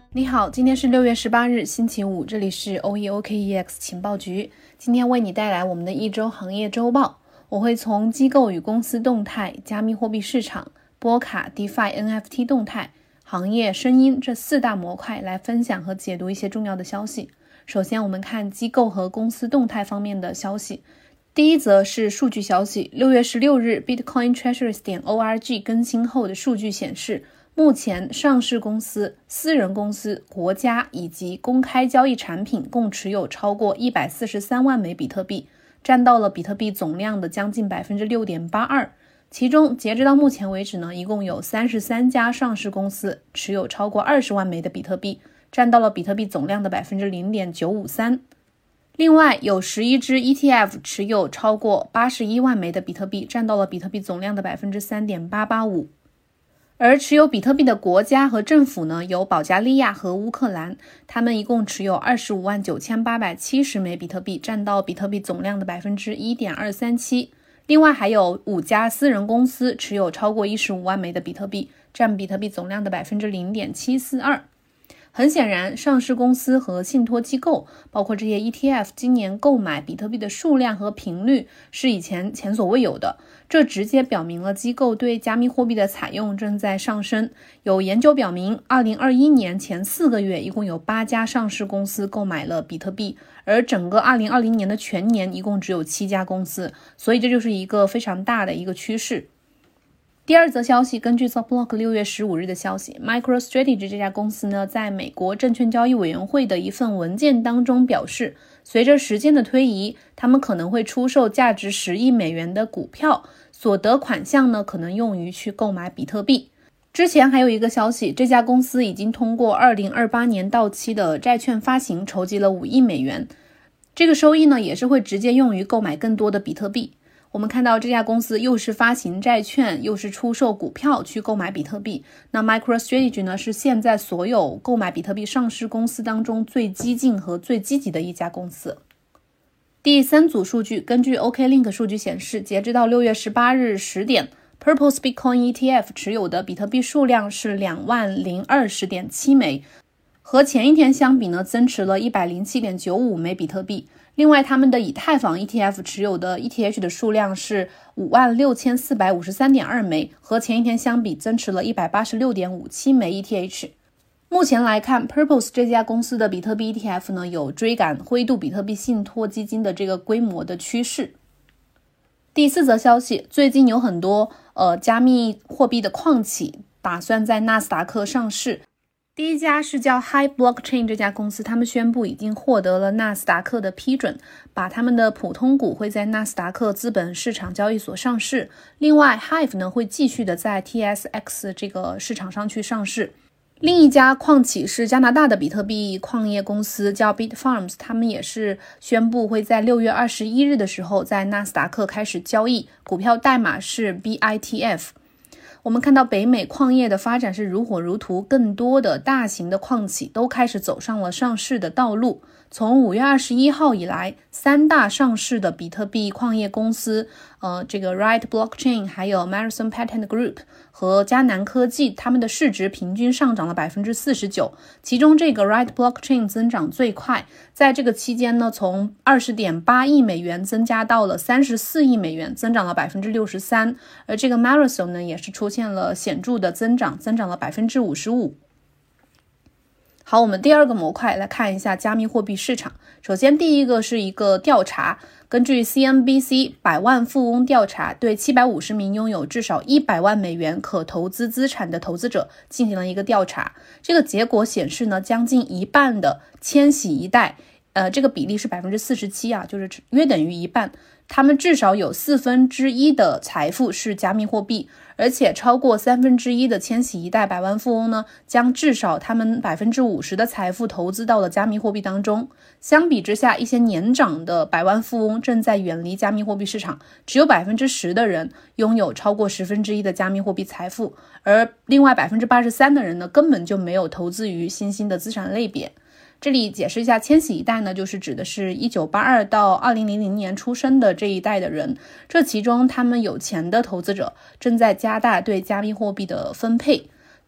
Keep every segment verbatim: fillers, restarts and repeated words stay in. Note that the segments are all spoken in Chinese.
你好，今天是六月十八日星期五，这里是 O E O K E X 情报局。今天为你带来我们的一周行业周报，我会从机构与公司动态、加密货币市场、波卡 DeFi N F T 动态、行业声音这四大模块来分享和解读一些重要的消息。首先我们看机构和公司动态方面的消息。第一则是数据消息，六月十六日 Bitcoin Treasuries 点 org 更新后的数据显示，目前上市公司、私人公司、国家以及公开交易产品共持有超过一百四十三万枚比特币，占到了比特币总量的将近 百分之六点八二。 其中截止到目前为止呢，一共有三十三家上市公司持有超过二十万枚的比特币，占到了比特币总量的 百分之零点九五三。另外有十一只 E T F 持有超过八十一万枚的比特币，占到了比特币总量的 百分之三点八八五。而持有比特币的国家和政府呢，有保加利亚和乌克兰，他们一共持有二十五万九千八百七十枚比特币，占到比特币总量的 百分之一点二三七。另外还有五家私人公司持有超过一十五万枚的比特币，占比特币总量的 百分之零点七四二。很显然，上市公司和信托机构，包括这些 E T F 今年购买比特币的数量和频率是以前前所未有的，这直接表明了机构对加密货币的采用正在上升。有研究表明，二零二一年前四个月一共有八家上市公司购买了比特币，而整个二零二零年的全年一共只有七家公司，所以这就是一个非常大的一个趋势。第二则消息，根据 Zocblock 六月十五日的消息， MicroStrategy 这家公司呢，在美国证券交易委员会的一份文件当中表示，随着时间的推移，他们可能会出售价值十亿美元的股票，所得款项呢可能用于去购买比特币。之前还有一个消息，这家公司已经通过二零二八年到期的债券发行筹集了五亿美元，这个收益呢也是会直接用于购买更多的比特币。我们看到这家公司又是发行债券，又是出售股票去购买比特币。那 MicroStrategy 呢，是现在所有购买比特币上市公司当中最激进和最积极的一家公司。第三组数据，根据 OKLink 数据显示，截止到六月十八日十点 Purpose Bitcoin E T F 持有的比特币数量是两万零二十点七枚，和前一天相比呢，增持了一百零七点九五枚比特币。另外他们的以太坊 E T F 持有的 E T H 的数量是五万六千四百五十三点二枚，和前一天相比增持了一百八十六点五七枚 E T H。 目前来看 Purpose 这家公司的比特币 E T F 呢，有追赶灰度比特币信托基金的这个规模的趋势。第四则消息，最近有很多呃加密货币的矿企打算在纳斯达克上市。第一家是叫 Hive Blockchain 这家公司，他们宣布已经获得了纳斯达克的批准，把他们的普通股会在纳斯达克资本市场交易所上市。另外 Hive 呢会继续的在 T S X 这个市场上去上市。另一家矿企是加拿大的比特币矿业公司叫 Bitfarms， 他们也是宣布会在六月二十一日的时候在纳斯达克开始交易，股票代码是 B I T F。我们看到北美矿业的发展是如火如荼，更多的大型的矿企都开始走上了上市的道路。从五月二十一号以来，三大上市的比特币矿业公司，呃，这个 Riot Blockchain 还有 Marathon Patent Group 和迦南科技，他们的市值平均上涨了 百分之四十九， 其中这个 Riot Blockchain 增长最快，在这个期间呢，从 二十点八亿美元增加到了三十四亿美元，增长了 百分之六十三。 而这个 Marathon 呢，也是出现了显著的增长，增长了 百分之五十五。好，我们第二个模块来看一下加密货币市场。首先第一个是一个调查，根据 C N B C 百万富翁调查，对七百五十名拥有至少一百万美元可投资资产的投资者进行了一个调查。这个结果显示呢，将近一半的千禧一代，呃，这个比例是 百分之四十七 啊，就是约等于一半，他们至少有四分之一的财富是加密货币，而且超过三分之一的千禧一代百万富翁呢，将至少他们 百分之五十 的财富投资到了加密货币当中。相比之下，一些年长的百万富翁正在远离加密货币市场，只有 百分之十 的人拥有超过十分之一的加密货币财富，而另外 百分之八十三 的人呢，根本就没有投资于新兴的资产类别。这里解释一下，千禧一代呢，就是指的是一九八二到二零零零年出生的这一代的人，这其中他们有钱的投资者正在加大对加密货币的分配。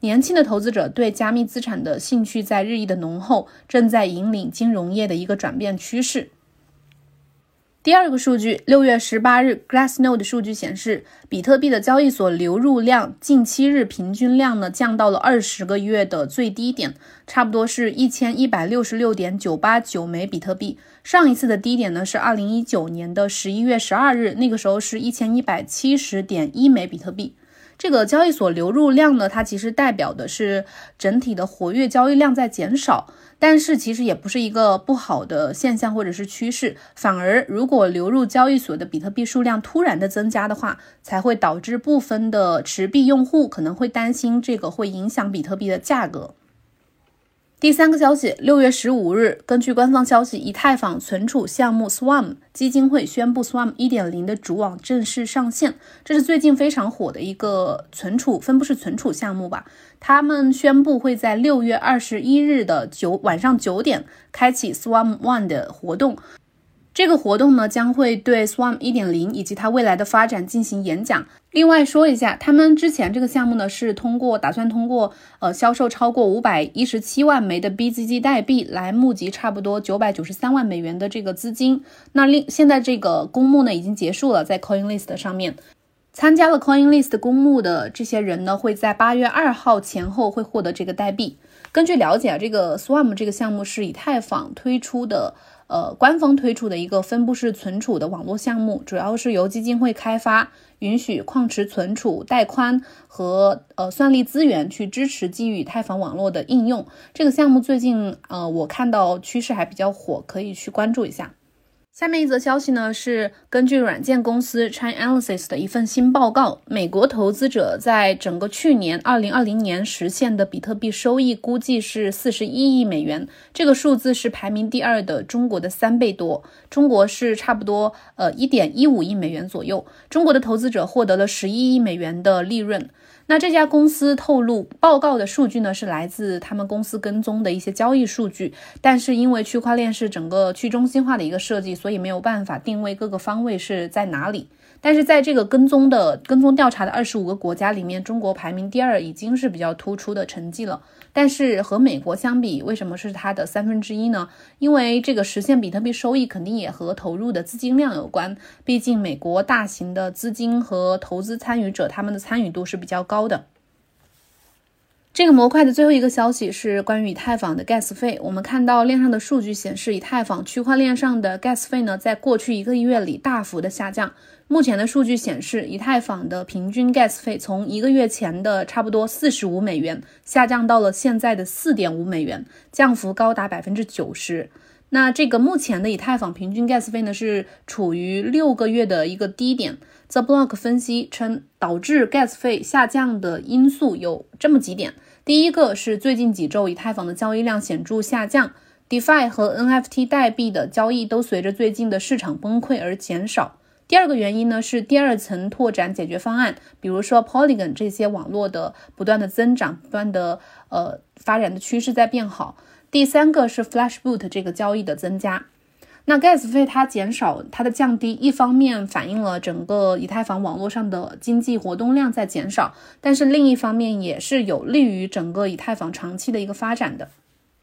年轻的投资者对加密资产的兴趣在日益的浓厚，正在引领金融业的一个转变趋势。第二个数据，六月十八日 Glassnode 的数据显示，比特币的交易所流入量近七日平均量呢降到了二十个月的最低点，差不多是一千一百六十六点九八九枚比特币。上一次的低点呢是二零一九年的十一月十二日，那个时候是一千一百七十点一枚比特币。这个交易所流入量呢，它其实代表的是整体的活跃交易量在减少，但是其实也不是一个不好的现象或者是趋势，反而如果流入交易所的比特币数量突然的增加的话，才会导致部分的持币用户可能会担心这个会影响比特币的价格。第三个消息，六月十五日，根据官方消息，以太坊存储项目 Swarm 基金会宣布 Swarm 一点零 的主网正式上线。这是最近非常火的一个存储分布式存储项目吧。他们宣布会在六月二十一日的九晚上九点开启 Swarm One 的活动。这个活动呢，将会对 Swarm 一点零 以及它未来的发展进行演讲。另外说一下，他们之前这个项目呢，是通过打算通过呃销售超过五百一十七万枚的 B Z G 代币来募集差不多九百九十三万美元的这个资金。那另现在这个公募呢已经结束了，在 CoinList 上面。参加了 CoinList 公募的这些人呢，会在八月二号前后会获得这个代币。根据了解啊，这个 Swarm 这个项目是以太坊推出的呃，官方推出的一个分布式存储的网络项目，主要是由基金会开发，允许矿池存储、带宽和呃算力资源去支持基于以太坊网络的应用。这个项目最近呃我看到趋势还比较火，可以去关注一下。下面一则消息呢，是根据软件公司 Chainalysis 的一份新报告，美国投资者在整个去年二零二零年实现的比特币收益估计是四十一亿美元，这个数字是排名第二的中国的三倍多，中国是差不多呃 一点一五亿美元左右，中国的投资者获得了十一亿美元的利润。那这家公司透露，报告的数据呢是来自他们公司跟踪的一些交易数据，但是因为区块链是整个去中心化的一个设计，所以没有办法定位各个方位是在哪里。但是在这个跟踪的跟踪调查的二十五个国家里面，中国排名第二，已经是比较突出的成绩了。但是和美国相比，为什么是它的三分之一呢？因为这个实现比特币收益肯定也和投入的资金量有关，毕竟美国大型的资金和投资参与者，他们的参与度是比较高的。这个模块的最后一个消息是关于以太坊的 gas 费。我们看到链上的数据显示，以太坊区块链上的 gas 费呢，在过去一个月里大幅的下降。目前的数据显示，以太坊的平均 gas 费从一个月前的差不多四十五美元下降到了现在的 四点五美元，降幅高达 百分之九十。那这个目前的以太坊平均 gas 费呢，是处于六个月的一个低点。The Block 分析称，导致 gas 费下降的因素有这么几点。第一个是最近几周以太坊的交易量显著下降， DeFi 和 N F T 代币的交易都随着最近的市场崩溃而减少。第二个原因呢，是第二层拓展解决方案，比如说 Polygon 这些网络的不断的增长，不断的呃发展的趋势在变好。第三个是 Flashboot 这个交易的增加。那 gas 费它减少，它的降低，一方面反映了整个以太坊网络上的经济活动量在减少，但是另一方面也是有利于整个以太坊长期的一个发展的。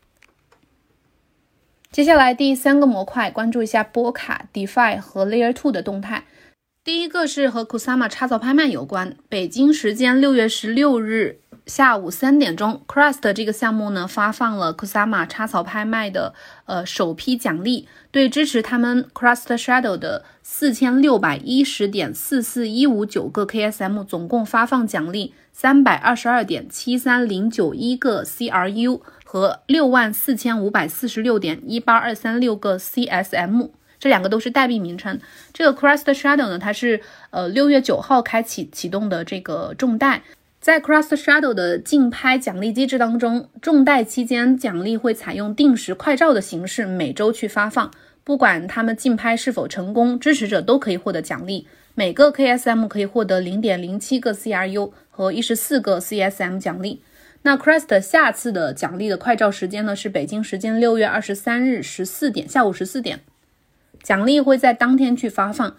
接下来第三个模块，关注一下波卡、DeFi 和 Layer 二的动态。第一个是和 Kusama 插槽拍卖有关。北京时间六月十六日下午三点钟 Crust 这个项目呢发放了 Kusama 插槽拍卖的呃首批奖励，对支持他们 Crust Shadow 的四千六百一十点四四一五九个 K S M 总共发放奖励三百二十二点七三零九一个 C R U 和六万四千五百四十六点一八二三六个 C S M， 这两个都是代币名称。这个 Crust Shadow 呢，它是呃六月九号开启启动的这个重贷。在 Crust Shadow 的竞拍奖励机制当中，重贷期间奖励会采用定时快照的形式每周去发放，不管他们竞拍是否成功，支持者都可以获得奖励。每个 K S M 可以获得 零点零七个 C R U 和十四个 C S M 奖励。那 Crust 下次的奖励的快照时间呢，是北京时间六月二十三日十四点下午十四点，奖励会在当天去发放。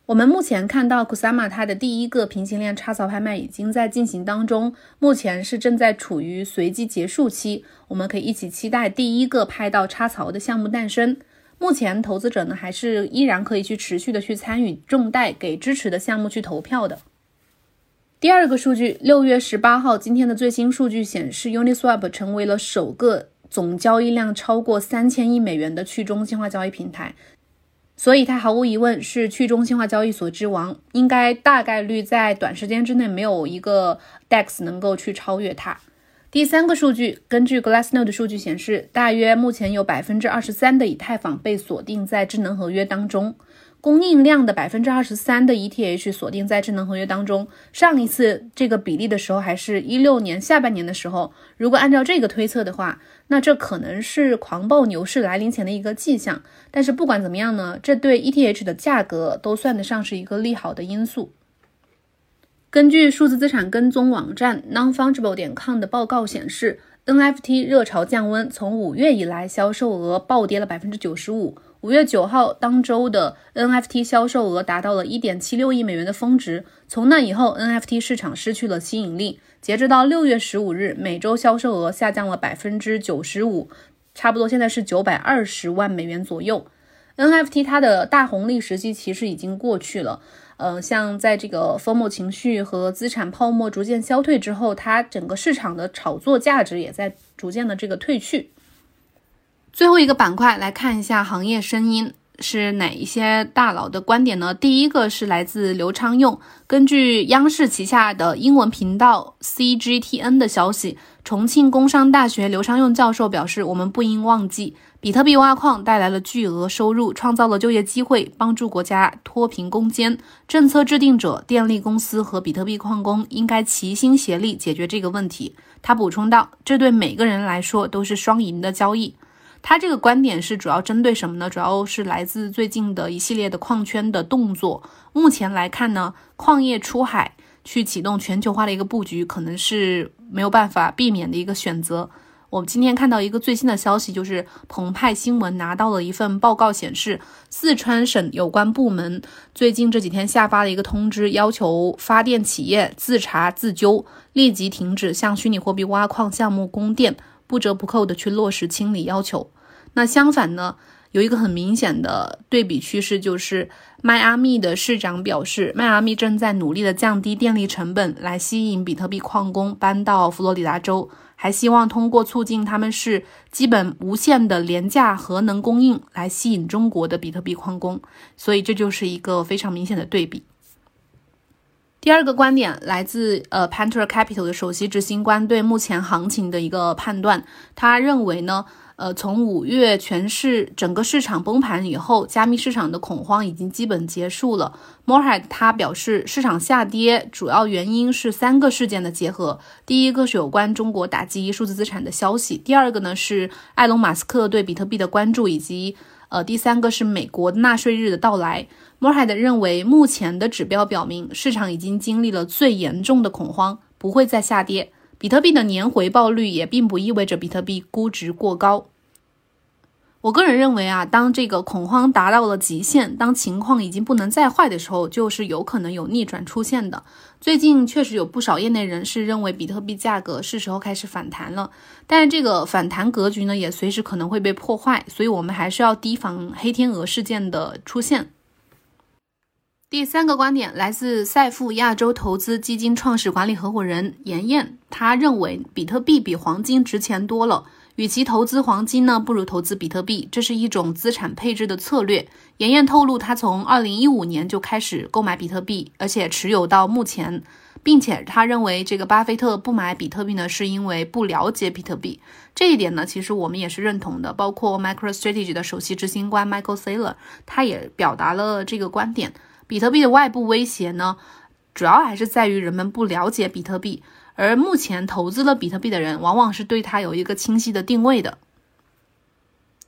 我们目前看到 Kusama 它的第一个平行链插槽拍卖已经在进行当中，目前是正在处于随机结束期，我们可以一起期待第一个拍到插槽的项目诞生。目前投资者呢还是依然可以去持续的去参与众贷给支持的项目去投票的。第二个数据，六月十八号今天的最新数据显示 Uniswap 成为了首个总交易量超过三千亿美元的去中心化交易平台，所以它毫无疑问是去中心化交易所之王，应该大概率在短时间之内没有一个 D E X 能够去超越它。第三个数据，根据 Glassnode 的数据显示，大约目前有 百分之二十三 的以太坊被锁定在智能合约当中，供应量的 百分之二十三 的 E T H 锁定在智能合约当中。上一次这个比例的时候还是一六年下半年的时候，如果按照这个推测的话，那这可能是狂暴牛市来临前的一个迹象。但是不管怎么样呢，这对 E T H 的价格都算得上是一个利好的因素。根据数字资产跟踪网站 nonfungible 点 com 的报告显示， N F T 热潮降温，从五月以来销售额暴跌了 百分之九十五， 五月九号当周的 N F T 销售额达到了 一点七六亿美元的峰值，从那以后 N F T 市场失去了吸引力，截止到六月十五日，每周销售额下降了 百分之九十五， 差不多现在是九百二十万美元左右。 N F T 它的大红利时期其实已经过去了，呃，像在这个 FOMO 情绪和资产泡沫逐渐消退之后，它整个市场的炒作价值也在逐渐的这个退去。最后一个板块来看一下行业声音是哪一些大佬的观点呢？第一个是来自刘昌用，根据央视旗下的英文频道 C G T N 的消息，重庆工商大学刘昌用教授表示，我们不应忘记，比特币挖矿带来了巨额收入，创造了就业机会，帮助国家脱贫攻坚。政策制定者、电力公司和比特币矿工应该齐心协力解决这个问题。他补充道，这对每个人来说都是双赢的交易。他这个观点是主要针对什么呢？主要是来自最近的一系列的矿圈的动作。目前来看呢，矿业出海去启动全球化的一个布局，可能是没有办法避免的一个选择。我们今天看到一个最新的消息，就是澎湃新闻拿到了一份报告，显示四川省有关部门最近这几天下发了一个通知，要求发电企业自查自纠，立即停止向虚拟货币挖矿项目供电，不折不扣的去落实清理要求。那相反呢，有一个很明显的对比趋势，就是迈阿密的市长表示，迈阿密正在努力的降低电力成本，来吸引比特币矿工搬到佛罗里达州，还希望通过促进他们市基本无限的廉价核能供应来吸引中国的比特币矿工。所以这就是一个非常明显的对比。第二个观点来自呃 Panther Capital 的首席执行官对目前行情的一个判断，他认为呢呃，从五月全市整个市场崩盘以后，加密市场的恐慌已经基本结束了。Morehead 他表示，市场下跌主要原因是三个事件的结合。第一个是有关中国打击数字资产的消息，第二个呢是埃隆马斯克对比特币的关注，以及呃第三个是美国纳税日的到来。Morehead 认为，目前的指标表明，市场已经经历了最严重的恐慌，不会再下跌。比特币的年回报率也并不意味着比特币估值过高。我个人认为啊，当这个恐慌达到了极限，当情况已经不能再坏的时候，就是有可能有逆转出现的。最近确实有不少业内人士认为比特币价格是时候开始反弹了，但是这个反弹格局呢，也随时可能会被破坏，所以我们还是要提防黑天鹅事件的出现。第三个观点来自赛富亚洲投资基金创始管理合伙人严燕，他认为比特币比黄金值钱多了，与其投资黄金呢，不如投资比特币，这是一种资产配置的策略。严燕透露，他从二零一五年就开始购买比特币，而且持有到目前，并且他认为这个巴菲特不买比特币呢，是因为不了解比特币。这一点呢，其实我们也是认同的，包括 MicroStrategy 的首席执行官 Michael Saylor， 他也表达了这个观点。比特币的外部威胁呢，主要还是在于人们不了解比特币，而目前投资了比特币的人往往是对它有一个清晰的定位的。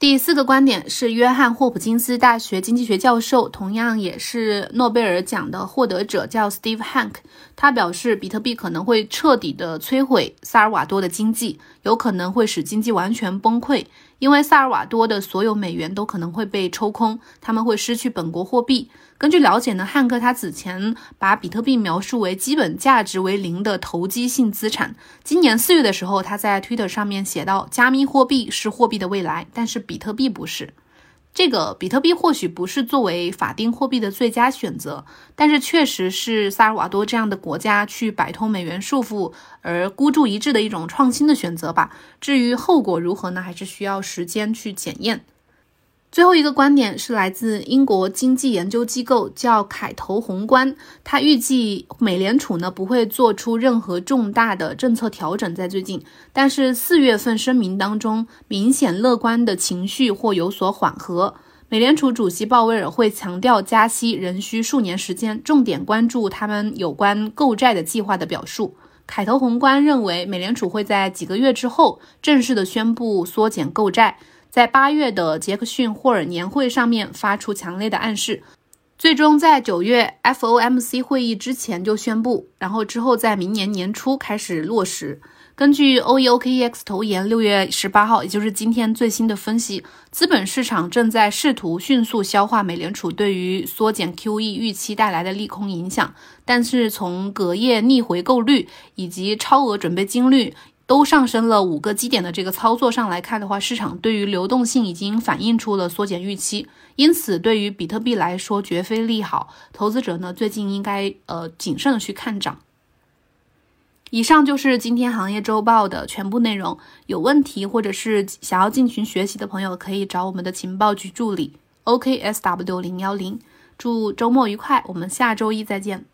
第四个观点是约翰霍普金斯大学经济学教授，同样也是诺贝尔奖的获得者，叫 Steve Hanke。他表示，比特币可能会彻底的摧毁萨尔瓦多的经济，有可能会使经济完全崩溃，因为萨尔瓦多的所有美元都可能会被抽空，他们会失去本国货币。根据了解呢，汉克他此前把比特币描述为基本价值为零的投机性资产。今年四月的时候，他在 Twitter 上面写道，加密货币是货币的未来，但是比特币不是。这个比特币或许不是作为法定货币的最佳选择，但是确实是萨尔瓦多这样的国家去摆脱美元束缚而孤注一掷的一种创新的选择吧。至于后果如何呢，还是需要时间去检验。最后一个观点是来自英国经济研究机构，叫凯投宏观。他预计美联储呢不会做出任何重大的政策调整在最近，但是四月份声明当中明显乐观的情绪或有所缓和。美联储主席鲍威尔会强调加息仍需数年时间，重点关注他们有关购债的计划的表述。凯投宏观认为美联储会在几个月之后正式的宣布缩减购债，在八月的杰克逊霍尔年会上面发出强烈的暗示，最终在九月 F O M C 会议之前就宣布，然后之后在明年年初开始落实。根据 O E O K E X 投研六月十八号，也就是今天最新的分析，资本市场正在试图迅速消化美联储对于缩减 Q E 预期带来的利空影响，但是从隔夜逆回购率以及超额准备金率都上升了五个基点的这个操作上来看的话，市场对于流动性已经反映出了缩减预期，因此对于比特币来说绝非利好，投资者呢最近应该呃谨慎的去看涨。以上就是今天行业周报的全部内容，有问题或者是想要进群学习的朋友可以找我们的情报局助理 O K S W 零一零。祝周末愉快，我们下周一再见。